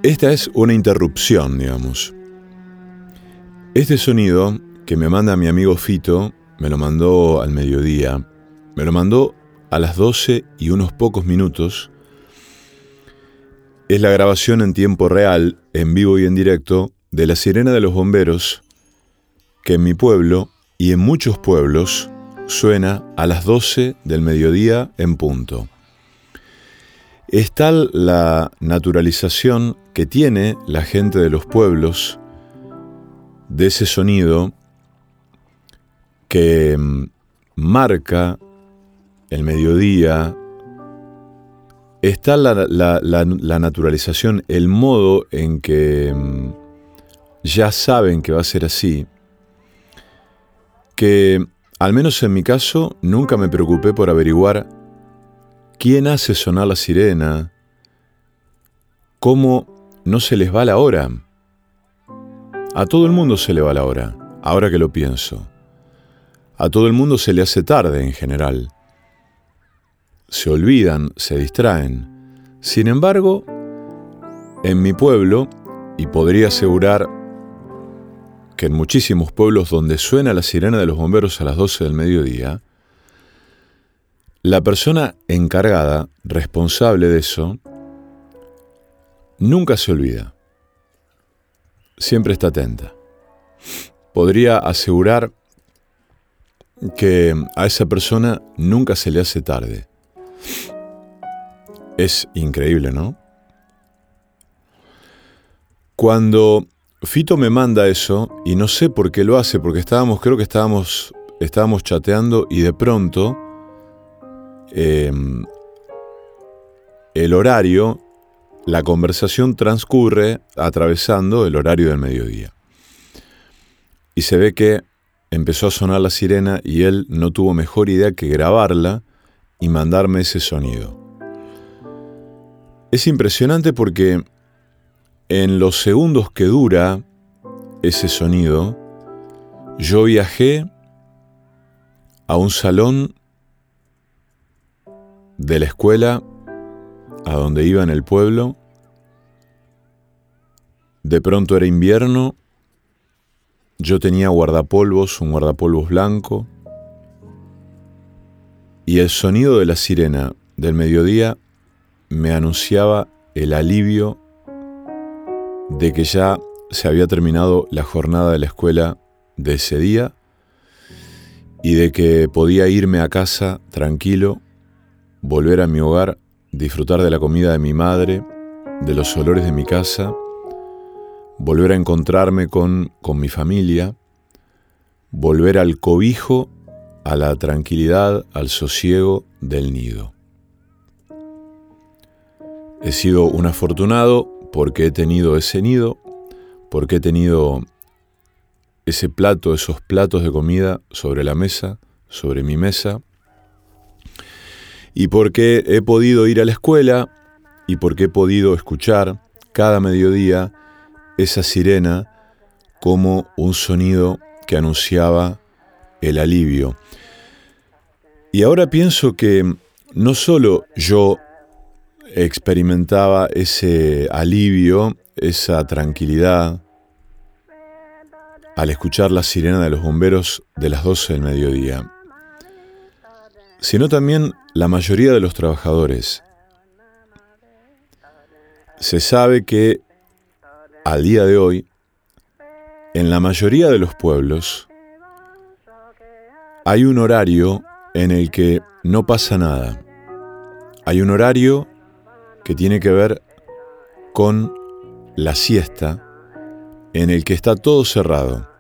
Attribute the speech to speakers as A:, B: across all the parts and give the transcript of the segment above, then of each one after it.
A: Esta es una interrupción, digamos. Este sonido que me manda mi amigo Fito, me lo mandó al mediodía, me lo mandó a las 12 y unos pocos minutos. Es la grabación en tiempo real, en vivo y en directo, de la sirena de los bomberos, que en mi pueblo y en muchos pueblos suena a las 12 del mediodía en punto. Es tal la naturalización que tiene la gente de los pueblos de ese sonido que marca el mediodía. Está la naturalización, el modo en que ya saben que va a ser así, que al menos en mi caso nunca me preocupé por averiguar quién hace sonar la sirena, cómo no se les va la hora. A todo el mundo se le va la hora, ahora que lo pienso. A todo el mundo se le hace tarde en general. Se olvidan, se distraen. Sin embargo, en mi pueblo, y podría asegurar que en muchísimos pueblos donde suena la sirena de los bomberos a las 12 del mediodía, la persona encargada, responsable de eso, nunca se olvida. Siempre está atenta. Podría asegurar que a esa persona nunca se le hace tarde. Es increíble, ¿no? Cuando Fito me manda eso, y no sé por qué lo hace, porque creo que estábamos chateando y de pronto el horario, la conversación transcurre atravesando el horario del mediodía. Y se ve que empezó a sonar la sirena y él no tuvo mejor idea que grabarla y mandarme ese sonido. Es impresionante porque en los segundos que dura ese sonido, yo viajé a un salón de la escuela a donde iba en el pueblo. De pronto era invierno. Yo tenía un guardapolvos blanco. Y el sonido de la sirena del mediodía me anunciaba el alivio de que ya se había terminado la jornada de la escuela de ese día y de que podía irme a casa tranquilo, volver a mi hogar, disfrutar de la comida de mi madre, de los olores de mi casa, volver a encontrarme con mi familia, volver al cobijo, a la tranquilidad, al sosiego del nido. He sido un afortunado porque he tenido ese nido, porque he tenido esos platos de comida sobre la mesa, sobre mi mesa, y porque he podido ir a la escuela y porque he podido escuchar cada mediodía esa sirena como un sonido que anunciaba el alivio. Y ahora pienso que no solo yo experimentaba ese alivio, esa tranquilidad al escuchar la sirena de los bomberos de las 12 del mediodía, sino también la mayoría de los trabajadores. Se sabe que al día de hoy, en la mayoría de los pueblos, hay un horario en el que no pasa nada. Hay un horario que tiene que ver con la siesta, en el que está todo cerrado.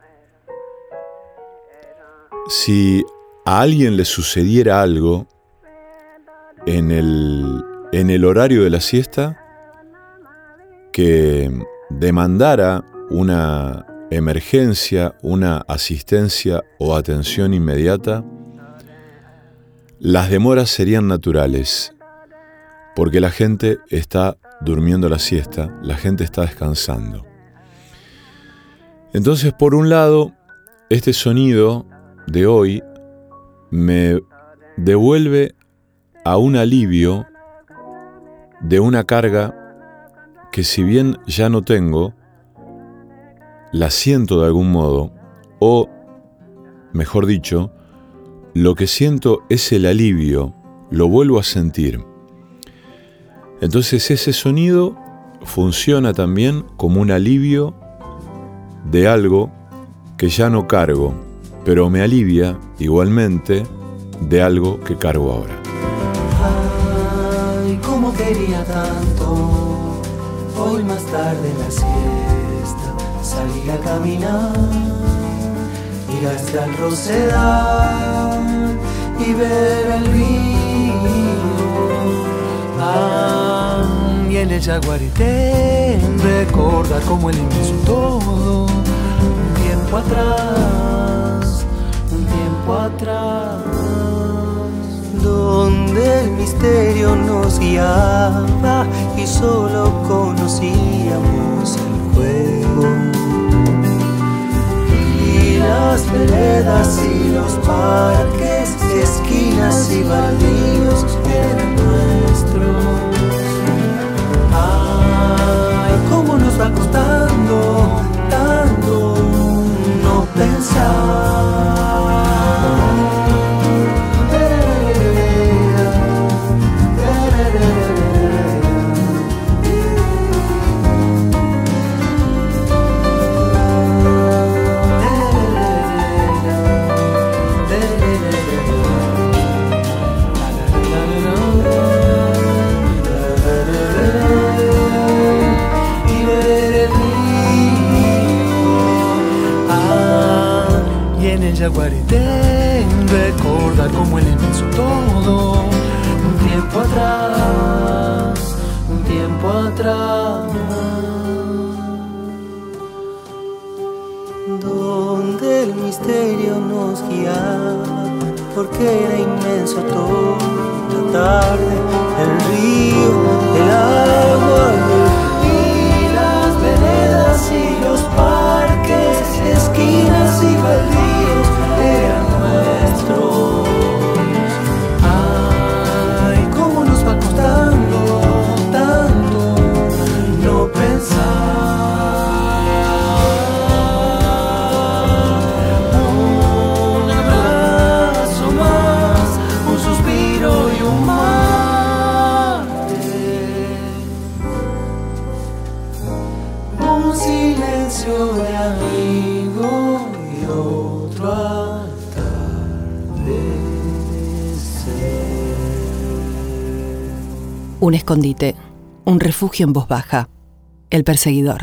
A: Si a alguien le sucediera algo en el horario de la siesta que demandara una emergencia, una asistencia o atención inmediata, las demoras serían naturales, porque la gente está durmiendo la siesta, la gente está descansando. Entonces, por un lado, este sonido de hoy me devuelve a un alivio de una carga que si bien ya no tengo, la siento de algún modo, o, mejor dicho, lo que siento es el alivio, lo vuelvo a sentir. Entonces ese sonido funciona también como un alivio de algo que ya no cargo, pero me alivia igualmente de algo que cargo ahora.
B: Ay, cómo quería tanto hoy más tarde en la siesta salir a caminar, ir hasta el Rosedal y ver el río. Y en el Yaguareté recordar como el inmenso todo, un tiempo atrás, donde el misterio nos guiaba y solo conocíamos el juego. Y las veredas y los parques, esquinas y baldíos eran nuestros. Ay, cómo nos va costando tanto no pensar. Yaguareté, recordar como el inmenso todo, un tiempo atrás, donde el misterio nos guiaba, porque era inmenso todo, la tarde, el río, el agua, y las veredas y los parques, esquinas y baldíos eran nuestros. Ay, cómo nos va costando tanto no pensar. Un abrazo más, un suspiro y un mate, un silencio de amigo y otro atardecer.
C: Un escondite, un refugio en voz baja. El perseguidor.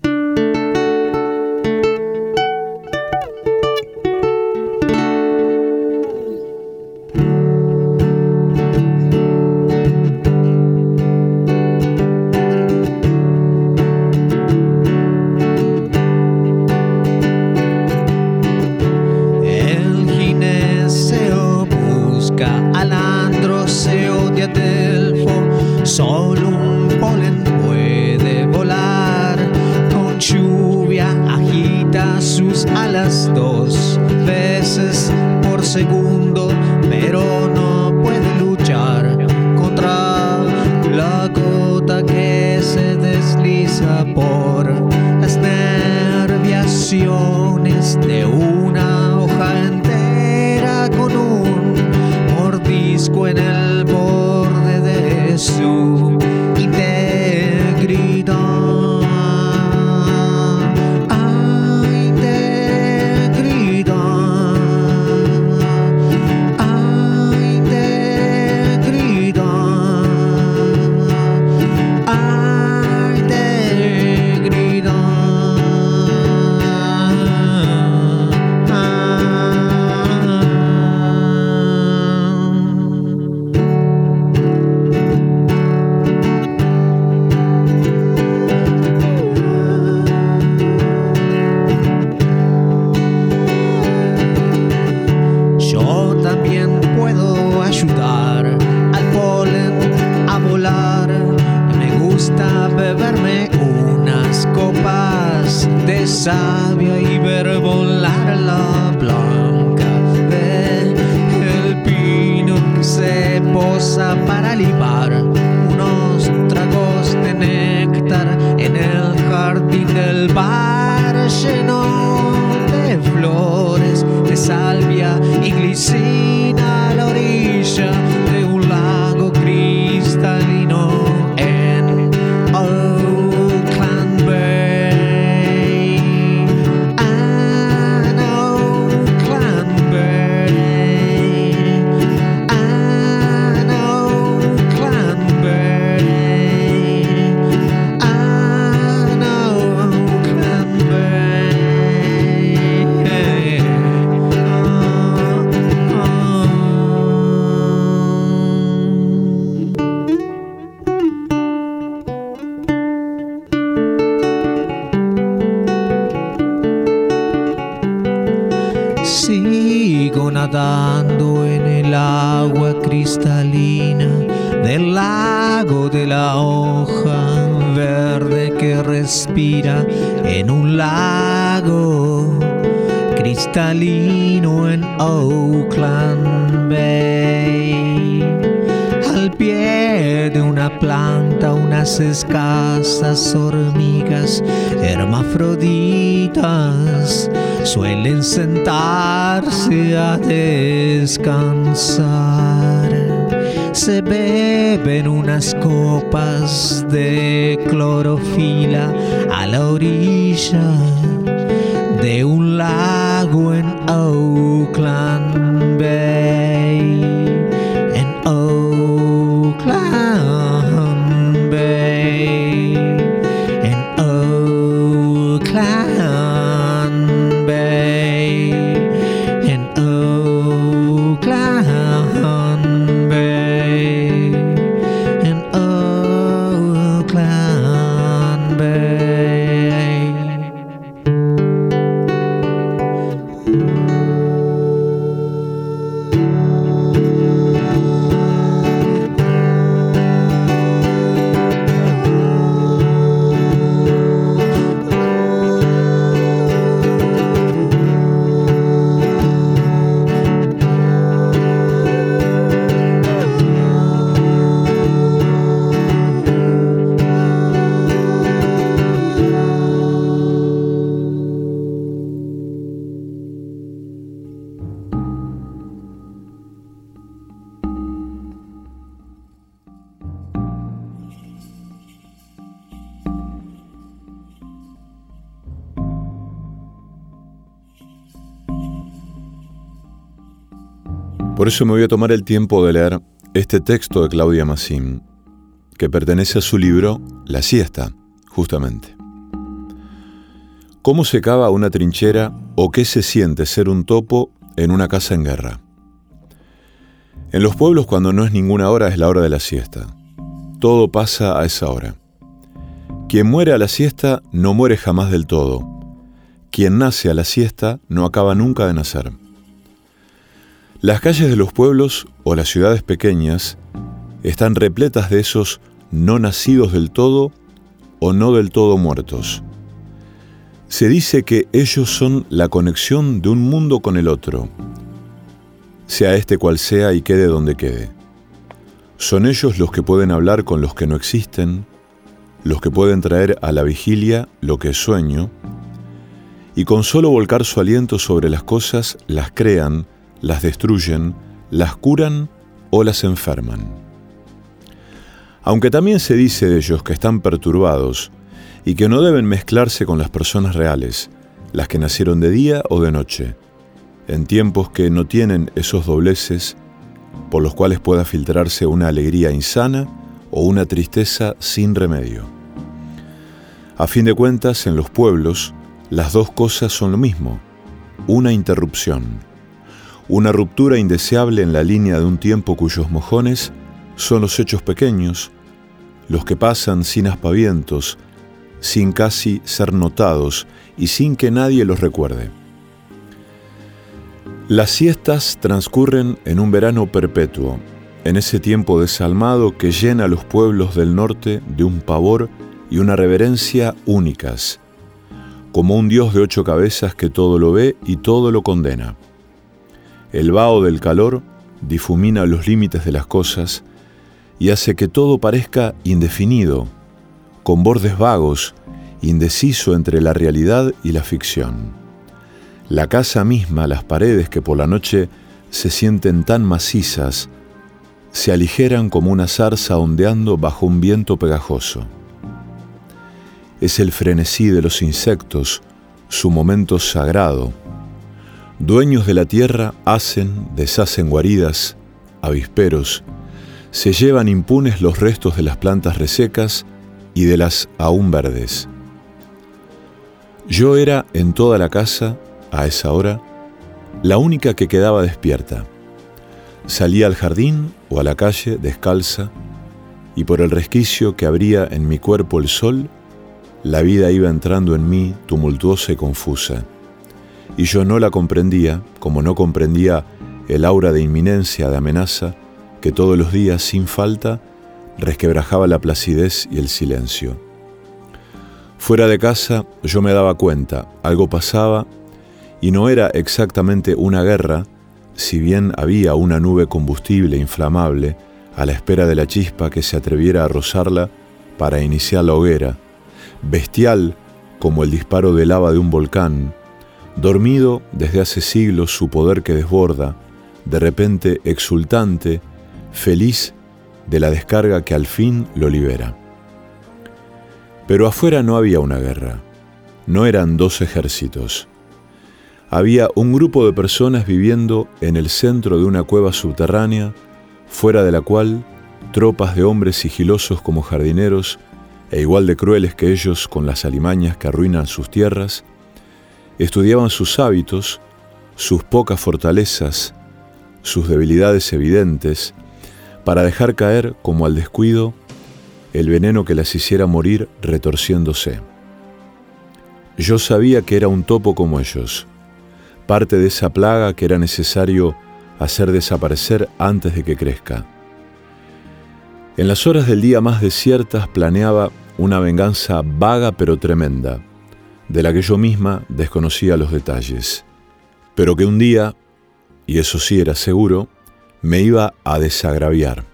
D: El gineceo busca al androceo de Adelfo. Solo un polen puede volar. Con lluvia agita sus alas 2 veces por segundo, pero no puede luchar contra la gota que se desliza por las nerviaciones de una hoja entera con un mordisco en el borde de su integridad. Yo también puedo ayudar al polen a volar. Me gusta beberme unas copas de savia y ver volar la blanca del pino que se posa para libar unos tragos de néctar jardín del bar lleno de flores, de salvia y glicina a la orilla de un lago cristalino en Oakland Bay. En Oakland Bay. En Oakland Bay. En Oakland Bay. Sigo nadando en el agua cristalina del lago de la hoja verde que respira en un lago cristalino en Oakland Bay. Al pie de una planta unas escasas hormigas hermafroditas suelen sentarse a descansar. Se beben unas copas de clorofila a la orilla de un lago en Oakland Bay. En Oakland Bay. En Oakland Bay. En Oakland Bay. En Oakland Bay.
A: Por eso me voy a tomar el tiempo de leer este texto de Claudia Massim, que pertenece a su libro La siesta, justamente. ¿Cómo se cava una trinchera o qué se siente ser un topo en una casa en guerra? En los pueblos, cuando no es ninguna hora, es la hora de la siesta. Todo pasa a esa hora. Quien muere a la siesta no muere jamás del todo. Quien nace a la siesta no acaba nunca de nacer. Las calles de los pueblos o las ciudades pequeñas están repletas de esos no nacidos del todo o no del todo muertos. Se dice que ellos son la conexión de un mundo con el otro, sea este cual sea y quede donde quede. Son ellos los que pueden hablar con los que no existen, los que pueden traer a la vigilia lo que es sueño, y con solo volcar su aliento sobre las cosas, las crean, las destruyen, las curan o las enferman. Aunque también se dice de ellos que están perturbados y que no deben mezclarse con las personas reales, las que nacieron de día o de noche, en tiempos que no tienen esos dobleces por los cuales pueda filtrarse una alegría insana o una tristeza sin remedio. A fin de cuentas, en los pueblos, las dos cosas son lo mismo, una interrupción. Una ruptura indeseable en la línea de un tiempo cuyos mojones son los hechos pequeños, los que pasan sin aspavientos, sin casi ser notados y sin que nadie los recuerde. Las siestas transcurren en un verano perpetuo, en ese tiempo desalmado que llena a los pueblos del norte de un pavor y una reverencia únicas, como un Dios de 8 cabezas que todo lo ve y todo lo condena. El vaho del calor difumina los límites de las cosas y hace que todo parezca indefinido, con bordes vagos indeciso entre la realidad y la ficción. La casa misma, las paredes que por la noche se sienten tan macizas, se aligeran como una zarza ondeando bajo un viento pegajoso. Es el frenesí de los insectos, su momento sagrado. Dueños de la tierra hacen, deshacen guaridas, avisperos, se llevan impunes los restos de las plantas resecas y de las aún verdes. Yo era en toda la casa, a esa hora, la única que quedaba despierta. Salía al jardín o a la calle descalza, y por el resquicio que abría en mi cuerpo el sol, la vida iba entrando en mí tumultuosa y confusa, y yo no la comprendía, como no comprendía el aura de inminencia, de amenaza, que todos los días, sin falta, resquebrajaba la placidez y el silencio. Fuera de casa yo me daba cuenta, algo pasaba, y no era exactamente una guerra, si bien había una nube combustible inflamable a la espera de la chispa que se atreviera a rozarla para iniciar la hoguera, bestial como el disparo de lava de un volcán, dormido desde hace siglos su poder que desborda, de repente exultante, feliz de la descarga que al fin lo libera. Pero afuera no había una guerra, no eran dos ejércitos. Había un grupo de personas viviendo en el centro de una cueva subterránea, fuera de la cual tropas de hombres sigilosos como jardineros e igual de crueles que ellos con las alimañas que arruinan sus tierras, estudiaban sus hábitos, sus pocas fortalezas, sus debilidades evidentes, para dejar caer, como al descuido, el veneno que las hiciera morir retorciéndose. Yo sabía que era un topo como ellos, parte de esa plaga que era necesario hacer desaparecer antes de que crezca. En las horas del día más desiertas planeaba una venganza vaga pero tremenda, de la que yo misma desconocía los detalles, pero que un día, y eso sí era seguro, me iba a desagraviar.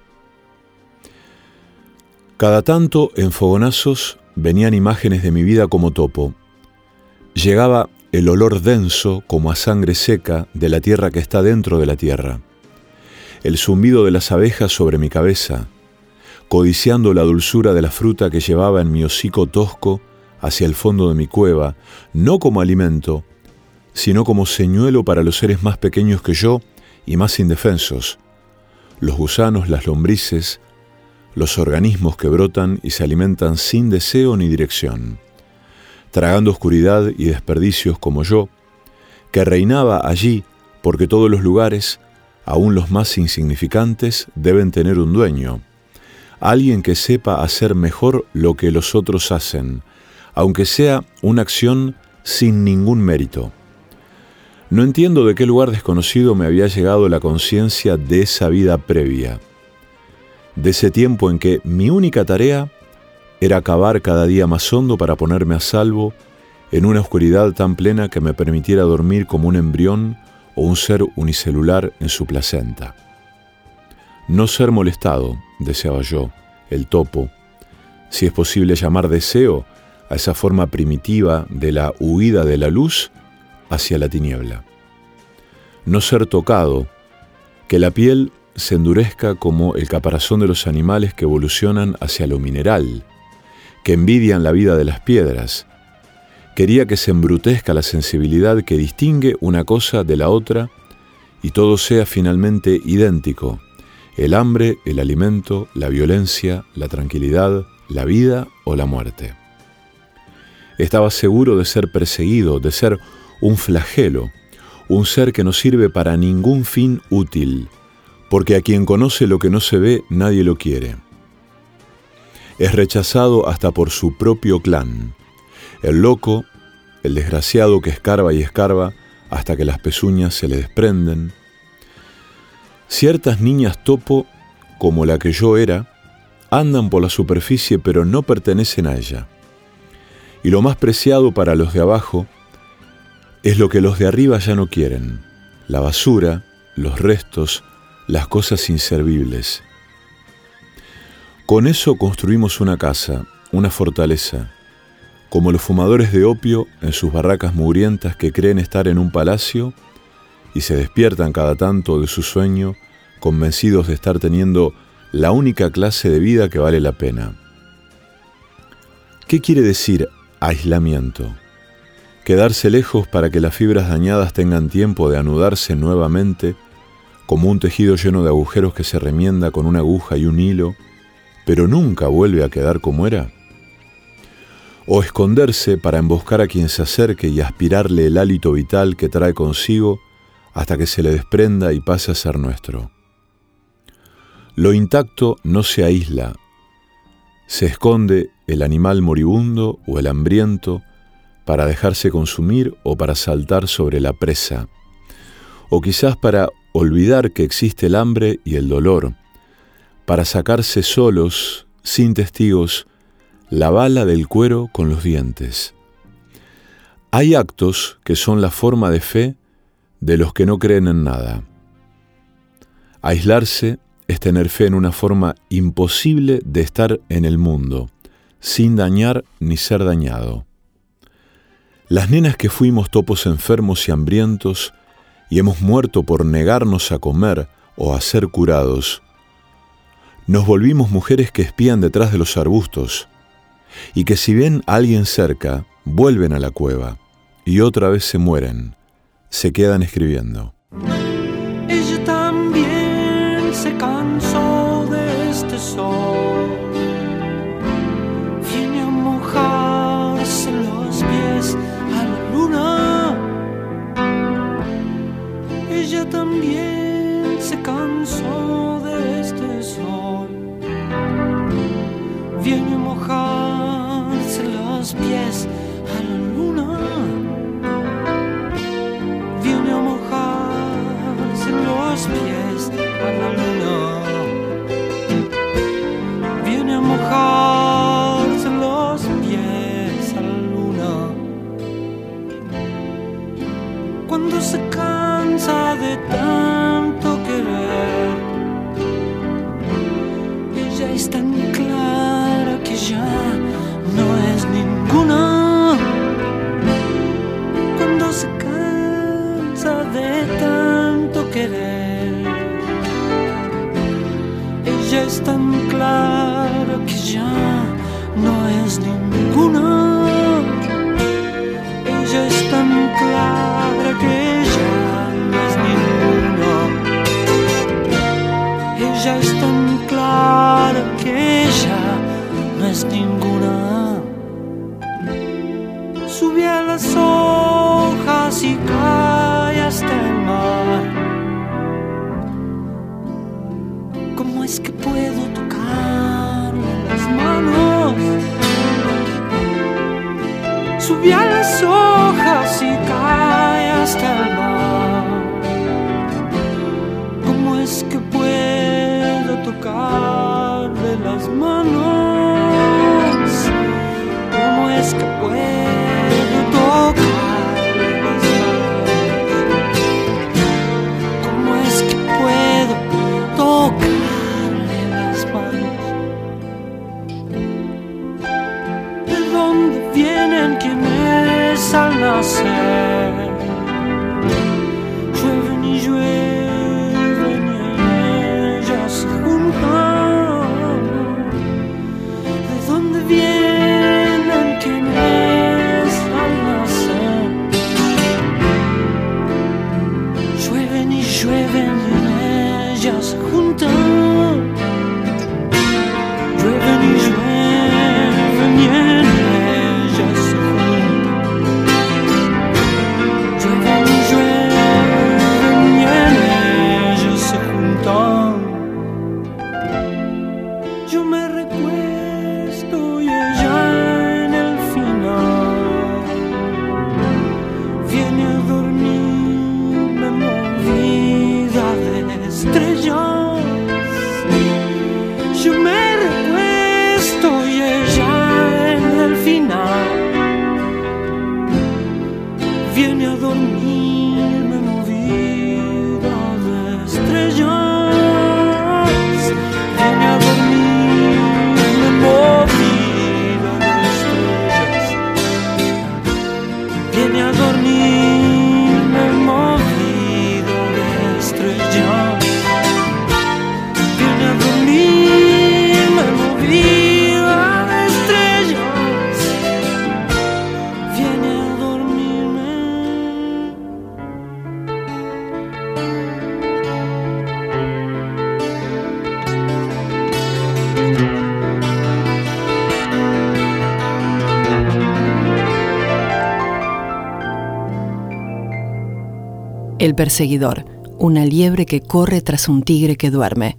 A: Cada tanto, en fogonazos, venían imágenes de mi vida como topo. Llegaba el olor denso, como a sangre seca, de la tierra que está dentro de la tierra. El zumbido de las abejas sobre mi cabeza, codiciando la dulzura de la fruta que llevaba en mi hocico tosco hacia el fondo de mi cueva, no como alimento, sino como señuelo para los seres más pequeños que yo y más indefensos, los gusanos, las lombrices, los organismos que brotan y se alimentan sin deseo ni dirección, tragando oscuridad y desperdicios como yo, que reinaba allí porque todos los lugares, aun los más insignificantes, deben tener un dueño, alguien que sepa hacer mejor lo que los otros hacen, aunque sea una acción sin ningún mérito. No entiendo de qué lugar desconocido me había llegado la conciencia de esa vida previa, de ese tiempo en que mi única tarea era cavar cada día más hondo para ponerme a salvo en una oscuridad tan plena que me permitiera dormir como un embrión o un ser unicelular en su placenta. No ser molestado, deseaba yo, el topo, si es posible llamar deseo a esa forma primitiva de la huida de la luz hacia la tiniebla. No ser tocado, que la piel se endurezca como el caparazón de los animales que evolucionan hacia lo mineral, que envidian la vida de las piedras. Quería que se embrutezca la sensibilidad que distingue una cosa de la otra y todo sea finalmente idéntico: el hambre, el alimento, la violencia, la tranquilidad, la vida o la muerte. Estaba seguro de ser perseguido, de ser un flagelo, un ser que no sirve para ningún fin útil, porque a quien conoce lo que no se ve, nadie lo quiere. Es rechazado hasta por su propio clan, el loco, el desgraciado que escarba y escarba hasta que las pezuñas se le desprenden. Ciertas niñas topo, como la que yo era, andan por la superficie pero no pertenecen a ella. Y lo más preciado para los de abajo es lo que los de arriba ya no quieren: la basura, los restos, las cosas inservibles. Con eso construimos una casa, una fortaleza, como los fumadores de opio en sus barracas mugrientas que creen estar en un palacio y se despiertan cada tanto de su sueño convencidos de estar teniendo la única clase de vida que vale la pena. ¿Qué quiere decir aislamiento? Quedarse lejos para que las fibras dañadas tengan tiempo de anudarse nuevamente como un tejido lleno de agujeros que se remienda con una aguja y un hilo, pero nunca vuelve a quedar como era. O esconderse para emboscar a quien se acerque y aspirarle el hálito vital que trae consigo hasta que se le desprenda y pase a ser nuestro. Lo intacto no se aísla, se esconde el animal moribundo o el hambriento para dejarse consumir o para saltar sobre la presa, o quizás para olvidar que existe el hambre y el dolor, para sacarse solos, sin testigos, la bala del cuero con los dientes. Hay actos que son la forma de fe de los que no creen en nada. Aislarse es tener fe en una forma imposible de estar en el mundo, sin dañar ni ser dañado. Las nenas que fuimos topos enfermos y hambrientos y hemos muerto por negarnos a comer o a ser curados, nos volvimos mujeres que espían detrás de los arbustos y que si ven a alguien cerca, vuelven a la cueva y otra vez se mueren, se quedan escribiendo.
B: Ella también se cansó de este sol, viene a mojarse los pies a la luna. Ella también se cansó de este sol, viene a mojarse los pies a la luna. Viene a mojarse los pies a la luna. Viene a mojarse los pies a la luna. Cuando se cansa de tanto querer, ella es tan clara que ya no es ninguna. Cuando se cansa de tanto querer, ella es tan clara que ya no es ninguna. Ella es tan clara que ya no es ninguna. Ella es tan clara que ya no es ninguna. Sube a las hojas y cae hasta el mar. ¿Cómo es que puedo tocarle las manos? Sube a las hojas y cae hasta el mar. ¿Cómo es que puedo tocarle las manos? ¿Cómo es que puedo tocarle las manos? ¿Cómo es que puedo tocarle las manos? ¿De dónde vienen quienes al nacer llueven y llueven y en ellas se juntan? ¿De dónde vienen quienes al nacer llueven y llueven y en ellas se juntan? Llueven y llueven y en ellas se juntan. Llueven y llueven y en ellas se juntan. Yo me recuesto y ella en el final viene a dormirme movida de estrellas. Yo me recuesto y ella en el final viene a dormirme movida de estrellas. Viene a dormirme movida de estrellas. viene a dormirme movido de estrellas, viene a dormirme movido de estrellas, viene a dormirme.
C: El perseguidor, una liebre que corre tras un tigre que duerme.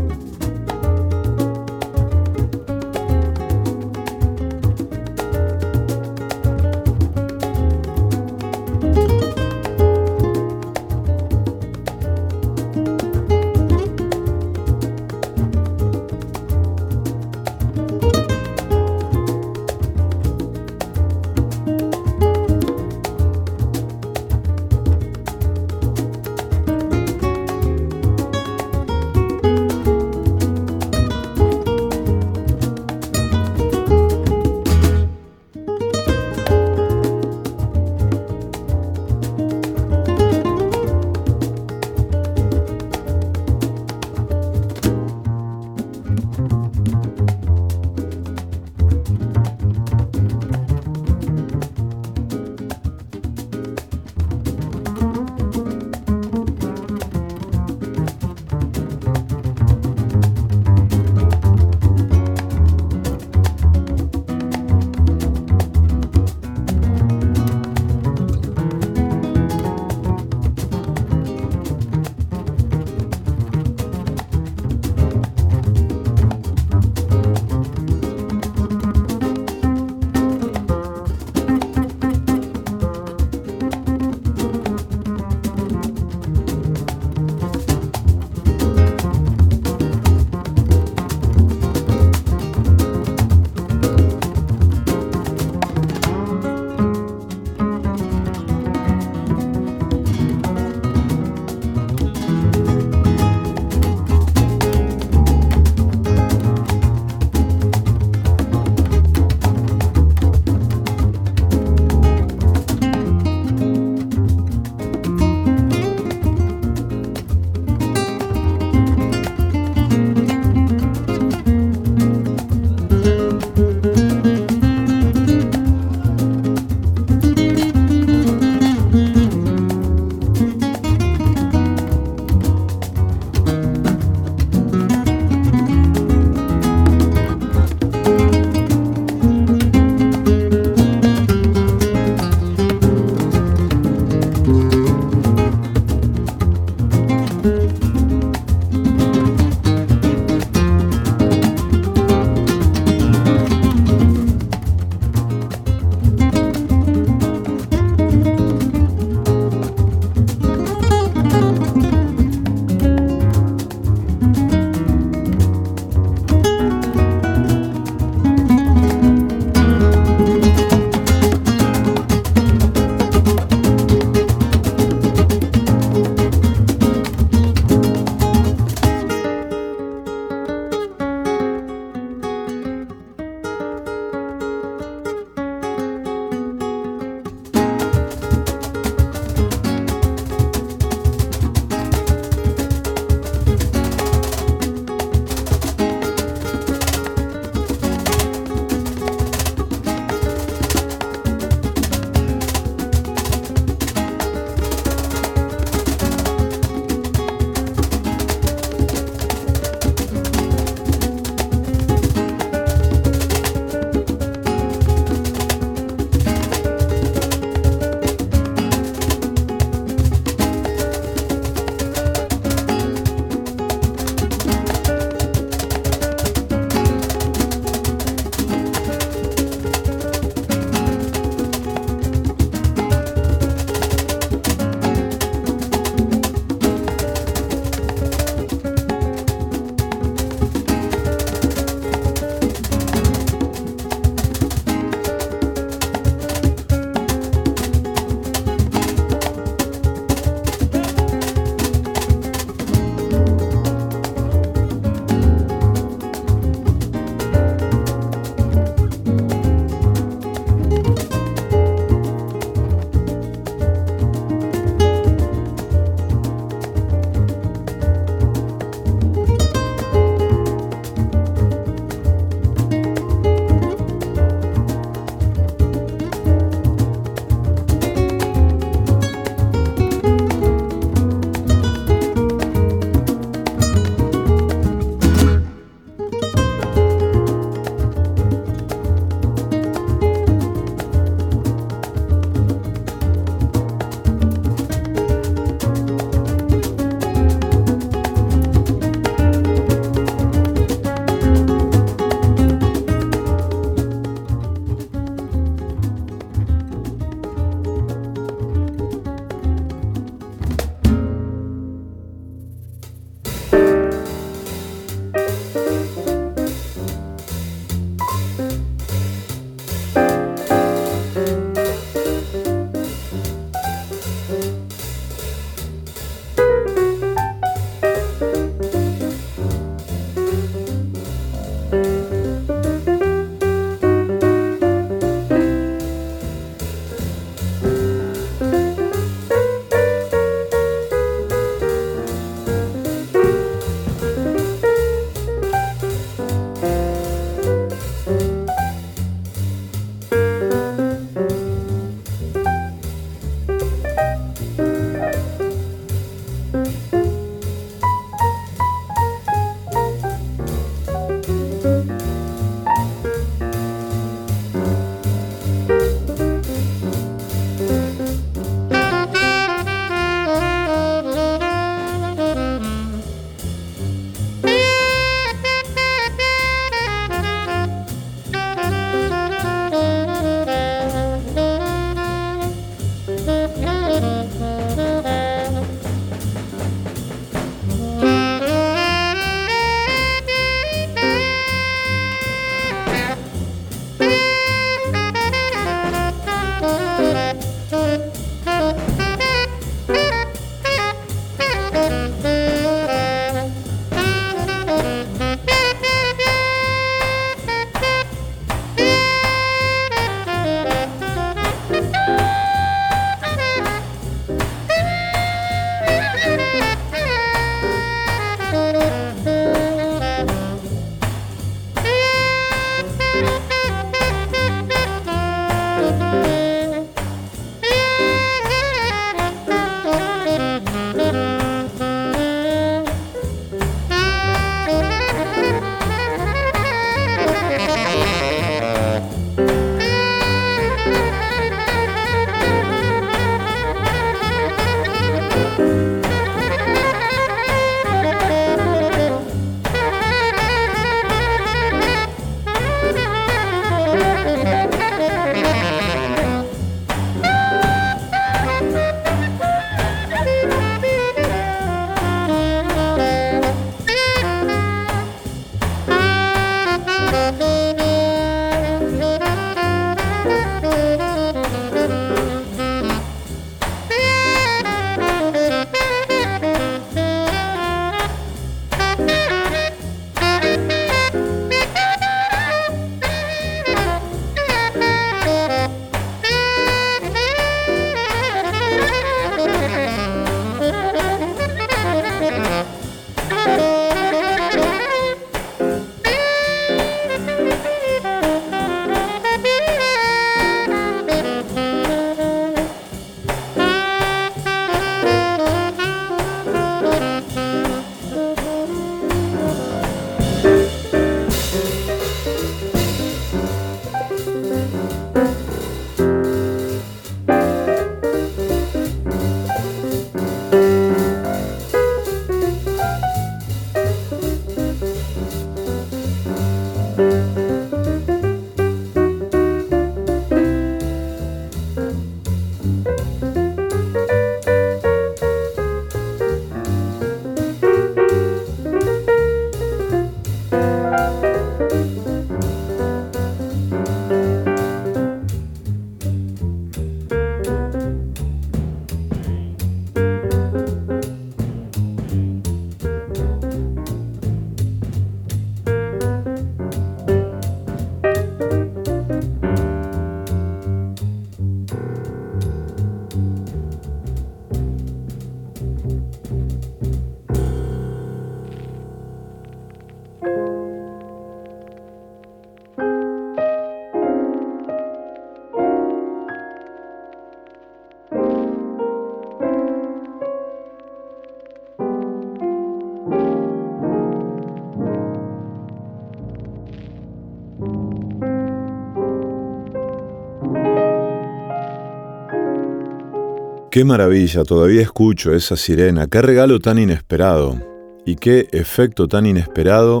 A: Qué maravilla, todavía escucho esa sirena, qué regalo tan inesperado y qué efecto tan inesperado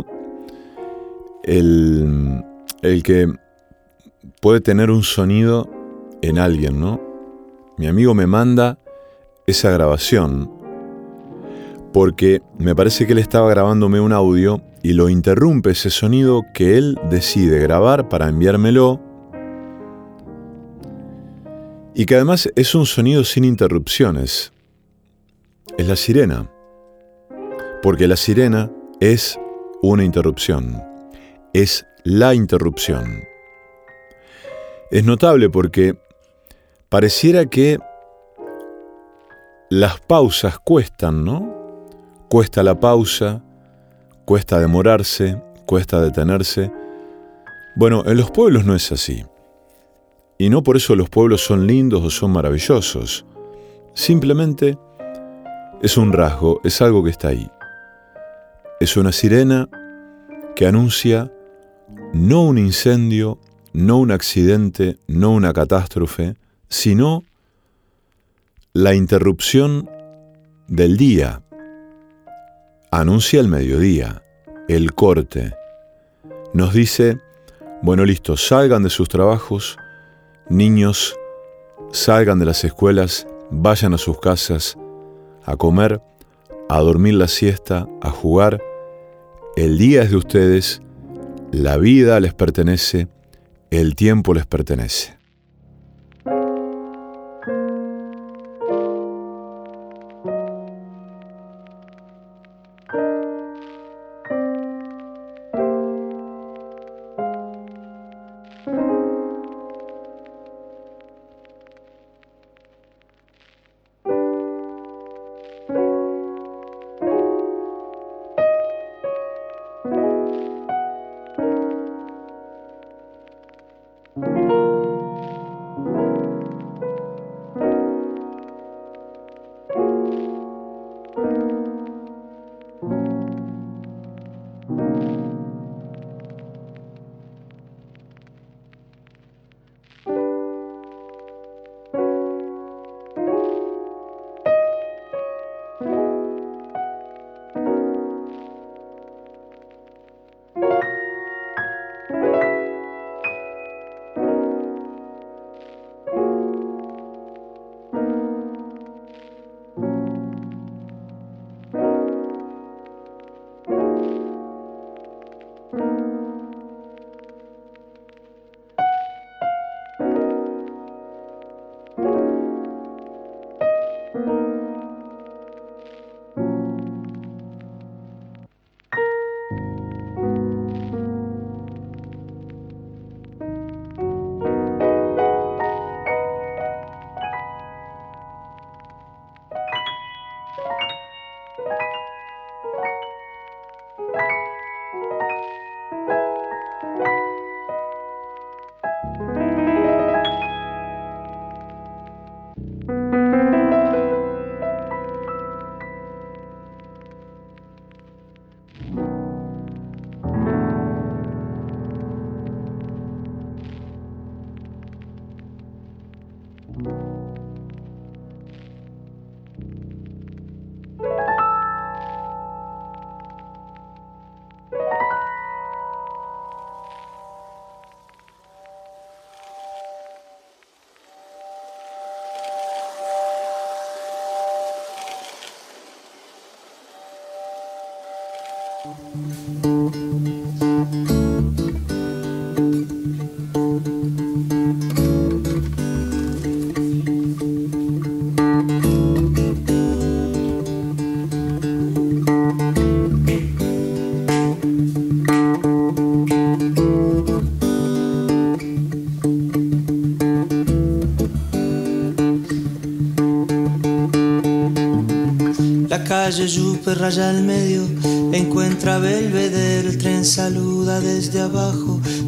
A: el que puede tener un sonido en alguien, ¿no? Mi amigo me manda esa grabación porque me parece que él estaba grabándome un audio y lo interrumpe ese sonido que él decide grabar para enviármelo, y que además es un sonido sin interrupciones. Es la sirena, porque la sirena es una interrupción, es la interrupción. Es notable porque pareciera que las pausas cuestan, ¿no? Cuesta la pausa, cuesta demorarse, cuesta detenerse. Bueno, en los pueblos no es así. Y no por eso los pueblos son lindos o son maravillosos. Simplemente es un rasgo, es algo que está ahí. Es una sirena que anuncia no un incendio, no un accidente, no una catástrofe, sino la interrupción del día. Anuncia el mediodía, el corte. Nos dice, bueno, listo, salgan de sus trabajos, niños, salgan de las escuelas, vayan a sus casas a comer, a dormir la siesta, a jugar. El día es de ustedes, la vida les pertenece, el tiempo les pertenece.
E: Calle Yupe raya al medio, encuentra Belvedere, el tren saluda desde abajo,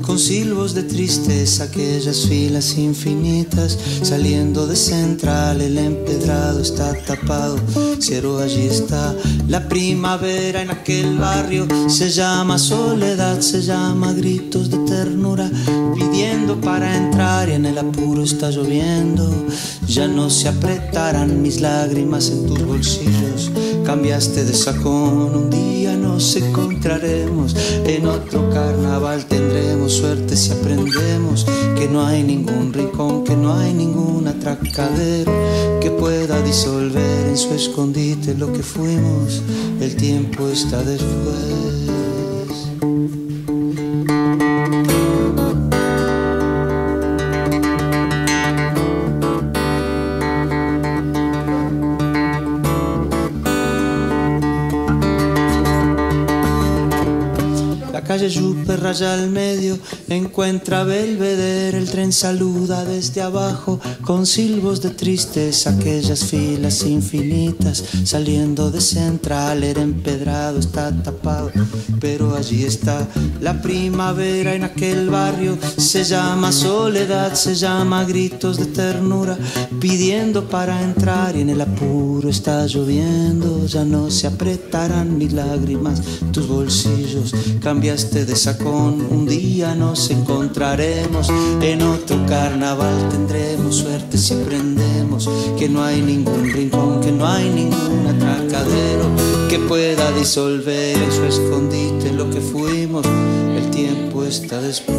E: con silbos de tristeza, aquellas filas infinitas. Saliendo de Central, el empedrado está tapado, cero allí está. La primavera en aquel barrio se llama soledad, se llama gritos de ternura, pidiendo para entrar y en el apuro está lloviendo. Ya no se apretarán mis lágrimas en tus bolsillos, cambiaste de sacón, un día nos encontraremos, en otro carnaval tendremos suerte si aprendemos que no hay ningún rincón, que no hay ningún atracadero que pueda disolver en su escondite lo que fuimos, el tiempo está después. Calle Yupe raya al medio, encuentra Belvedere, el tren saluda desde abajo con silbos de tristeza, aquellas filas infinitas. Saliendo de Central, el empedrado está tapado, pero allí está la primavera en aquel barrio. Se llama soledad, se llama gritos de ternura, pidiendo para entrar y en el apuro está lloviendo. Ya no se apretarán mis lágrimas, tus bolsillos cambiaste de sacón, un día nos encontraremos, en otro carnaval tendremos suerte si aprendemos que no hay ningún rincón, que no hay ningún atracadero que pueda disolver en su escondite lo que fuimos, el tiempo está después.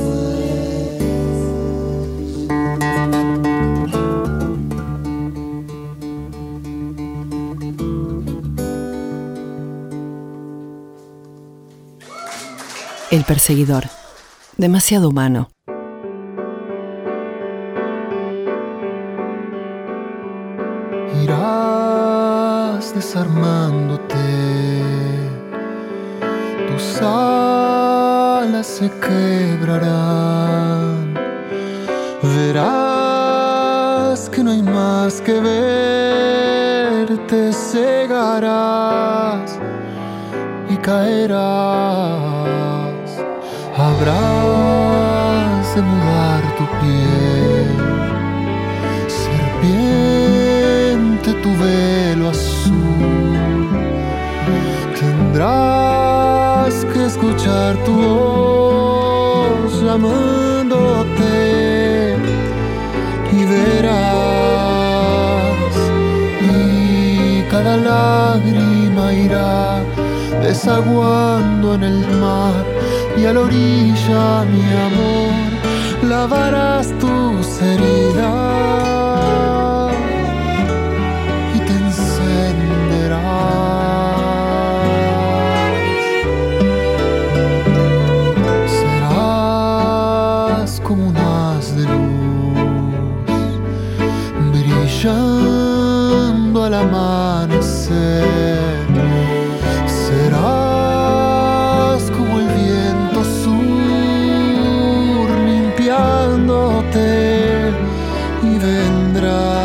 C: El perseguidor, demasiado humano.
F: Irás desarmándote, tus alas se quebrarán, verás que no hay más que ver, te cegarás y caerás. Habrás de mudar tu piel, serpiente tu velo azul, tendrás que escuchar tu voz llamándote y verás, y cada lágrima irá desaguando en el mar. Y a la orilla, mi amor, lavarás tus heridas y te encenderás. Serás como un haz de luz, brillando al amanecer. Serás como el viento sur limpiándote y vendrás.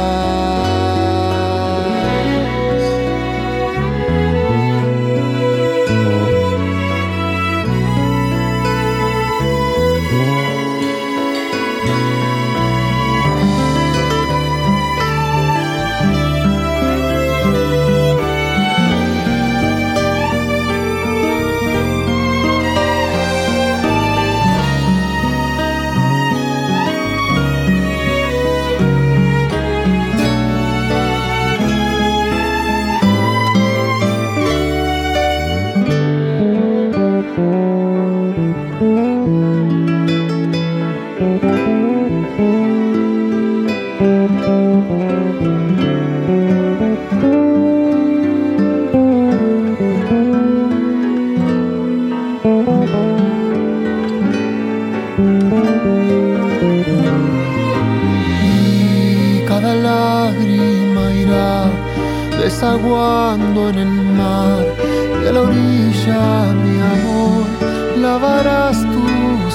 F: Desaguando en el mar y a la orilla, mi amor, lavarás tus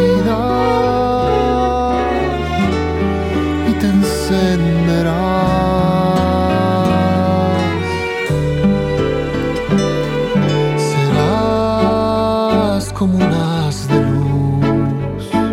F: heridas y te encenderás. Serás como un haz de luz,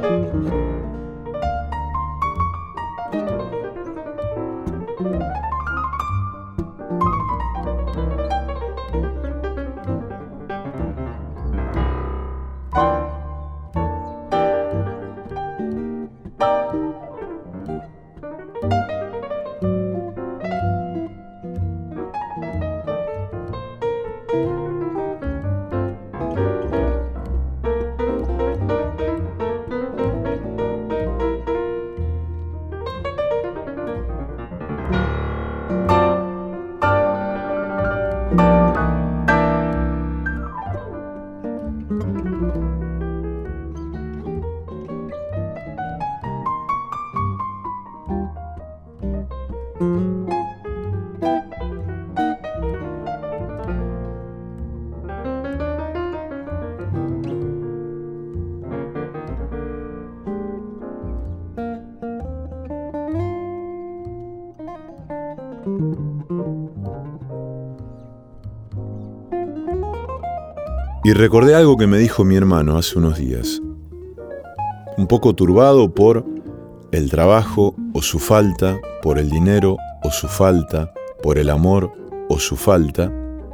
A: Y recordé algo que me dijo mi hermano hace unos días. Un poco turbado por el trabajo o su falta, por el dinero o su falta, por el amor o su falta,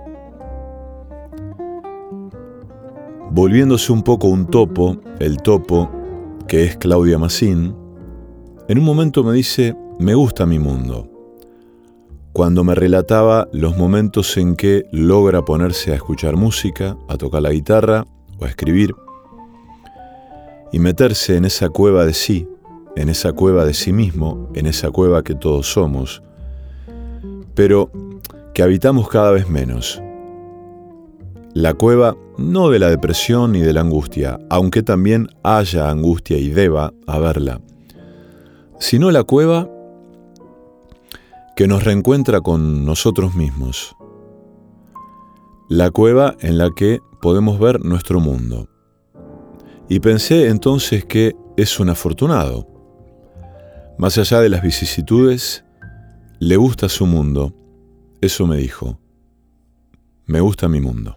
A: volviéndose un poco un topo, el topo que es Claudia Massín, en un momento me dice: me gusta mi mundo. Cuando me relataba los momentos en que logra ponerse a escuchar música, a tocar la guitarra o a escribir, y meterse en esa cueva de sí, en esa cueva de sí mismo, en esa cueva que todos somos, pero que habitamos cada vez menos. La cueva no de la depresión ni de la angustia, aunque también haya angustia y deba haberla, sino la cueva que nos reencuentra con nosotros mismos. La cueva en la que podemos ver nuestro mundo. Y pensé entonces que es un afortunado. Más allá de las vicisitudes, le gusta su mundo. Eso me dijo. Me gusta mi mundo.